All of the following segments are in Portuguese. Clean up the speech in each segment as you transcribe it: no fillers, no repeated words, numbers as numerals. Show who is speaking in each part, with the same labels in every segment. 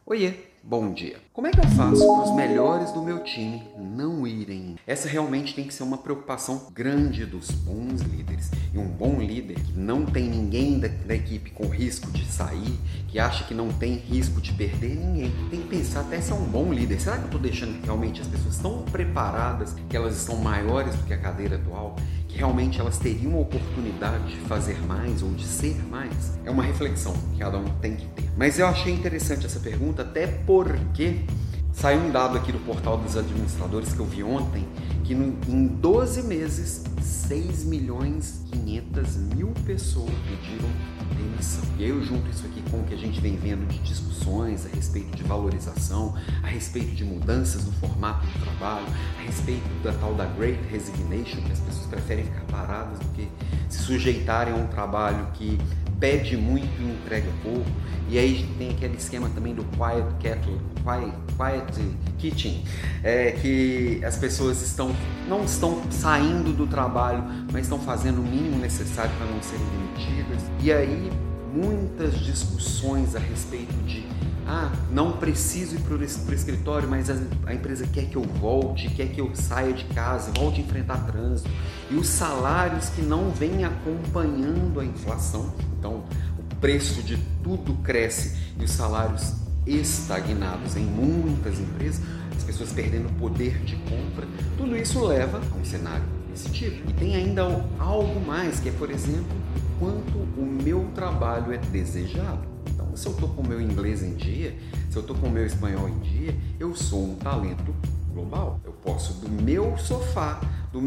Speaker 1: Oiê, bom dia. Como é que eu faço para os melhores do meu time não irem? Essa realmente tem que ser uma preocupação grande dos bons líderes. E um bom líder que não tem ninguém da equipe com risco de sair, que acha que não tem risco de perder ninguém, tem que pensar até se é um bom líder. Será que eu estou deixando que realmente as pessoas estão preparadas, que elas estão maiores do que a cadeira atual? Que realmente elas teriam a oportunidade de fazer mais ou de ser mais? É uma reflexão que cada um tem que ter. Mas eu achei interessante essa pergunta, até porque saiu um dado aqui do portal dos administradores que eu vi ontem, que em 12 meses, 6.500.000 pessoas pediram demissão. E aí eu junto isso aqui com o que a gente vem vendo de discussões a respeito de valorização, a respeito de mudanças no formato do trabalho, a respeito da tal da Great Resignation, que as pessoas preferem ficar paradas do que se sujeitarem a um trabalho que pede muito e entrega pouco. E aí tem aquele esquema também do Quiet Kitchen, que as pessoas não estão saindo do trabalho, mas estão fazendo o mínimo necessário para não serem demitidas. E aí muitas discussões a respeito de não preciso ir para o escritório, mas a empresa quer que eu volte, quer que eu saia de casa, volte a enfrentar trânsito. E os salários que não vêm acompanhando a inflação. Então, o preço de tudo cresce e os salários estagnados em muitas empresas, as pessoas perdendo poder de compra. Tudo isso leva a um cenário desse tipo. E tem ainda algo mais, que é, por exemplo, quanto o meu trabalho é desejado. Então, se eu estou com o meu inglês em dia, se eu estou com o meu espanhol em dia, eu sou um talento global. Eu posso, do meu sofá,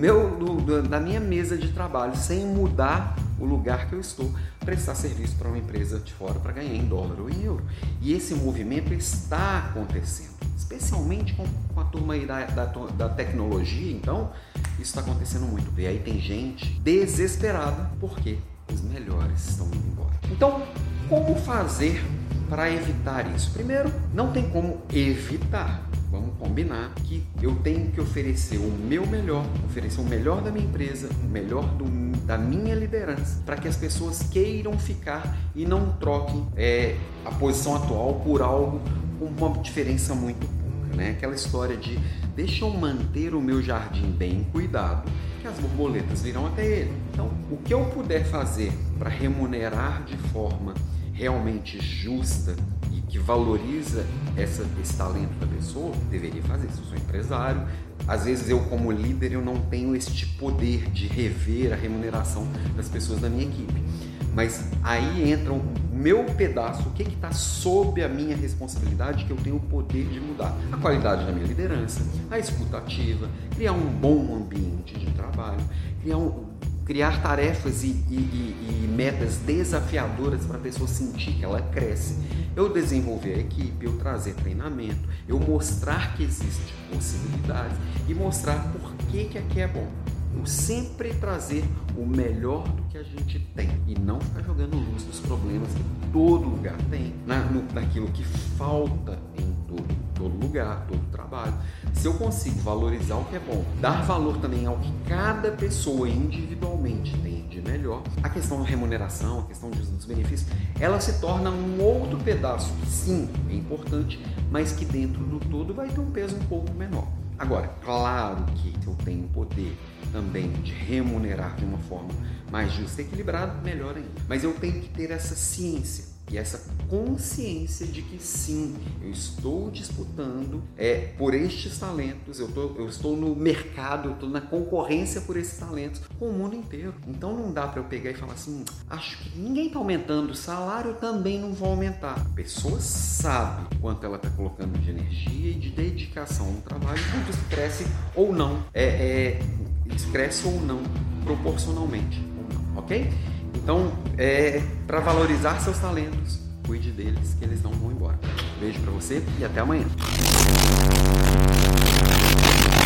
Speaker 1: da minha mesa de trabalho, sem mudar o lugar que eu estou, prestar serviço para uma empresa de fora para ganhar em dólar ou em euro. E esse movimento está acontecendo, especialmente com a turma aí da tecnologia. Então, isso está acontecendo muito. E aí tem gente desesperada porque os melhores estão indo embora. Então, como fazer para evitar isso? Primeiro, não tem como evitar. Vamos combinar que eu tenho que oferecer o meu melhor, oferecer o melhor da minha empresa, o melhor da minha liderança, para que as pessoas queiram ficar e não troquem a posição atual por algo com uma diferença muito pouca, né? Aquela história de deixa eu manter o meu jardim bem cuidado, que as borboletas virão até ele. Então, o que eu puder fazer para remunerar de forma realmente justa e que valoriza esse talento da pessoa, deveria fazer. Se eu sou empresário, às vezes eu como líder eu não tenho este poder de rever a remuneração das pessoas da minha equipe. Mas aí entra o meu pedaço, o que está sob a minha responsabilidade, que eu tenho o poder de mudar. A qualidade da minha liderança, a escuta ativa, criar um bom ambiente de trabalho, criar tarefas e metas desafiadoras para a pessoa sentir que ela cresce. Eu desenvolver a equipe, eu trazer treinamento, eu mostrar que existem possibilidades e mostrar por que aqui é bom. Eu sempre trazer o melhor do que a gente tem e não ficar jogando luz dos problemas que todo lugar tem, naquilo que falta em todo lugar, todo trabalho. Se eu consigo valorizar o que é bom, dar valor também ao que cada pessoa individualmente tem de melhor, a questão da remuneração, a questão dos benefícios, ela se torna um outro pedaço que sim, é importante, mas que dentro do todo vai ter um peso um pouco menor. Agora, claro que eu tenho poder também de remunerar de uma forma mais justa e equilibrada, melhor ainda. Mas eu tenho que ter essa ciência e essa consciência de que sim, eu estou disputando por estes talentos, eu estou no mercado, eu estou na concorrência por esses talentos com o mundo inteiro. Então não dá para eu pegar e falar assim, acho que ninguém está aumentando o salário, eu também não vou aumentar. A pessoa sabe quanto ela está colocando de energia e de dedicação no trabalho, quanto isso cresce ou não, isso cresce ou não, proporcionalmente ou não, ok? Então, para valorizar seus talentos, cuide deles, que eles não vão embora. Beijo para você e até amanhã.